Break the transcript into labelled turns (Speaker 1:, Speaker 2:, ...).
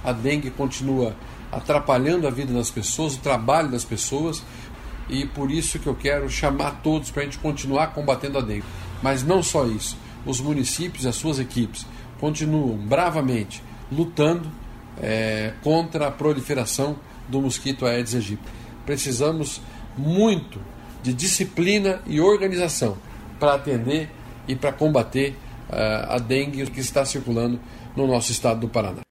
Speaker 1: A dengue continua atrapalhando a vida das pessoas, o trabalho das pessoas, e por isso que eu quero chamar todos para a gente continuar combatendo a dengue. Mas não só isso, os municípios e as suas equipes continuam bravamente lutando contra a proliferação do mosquito Aedes aegypti. Precisamos muito de disciplina e organização para atender e para combater a dengue que está circulando no nosso estado do Paraná.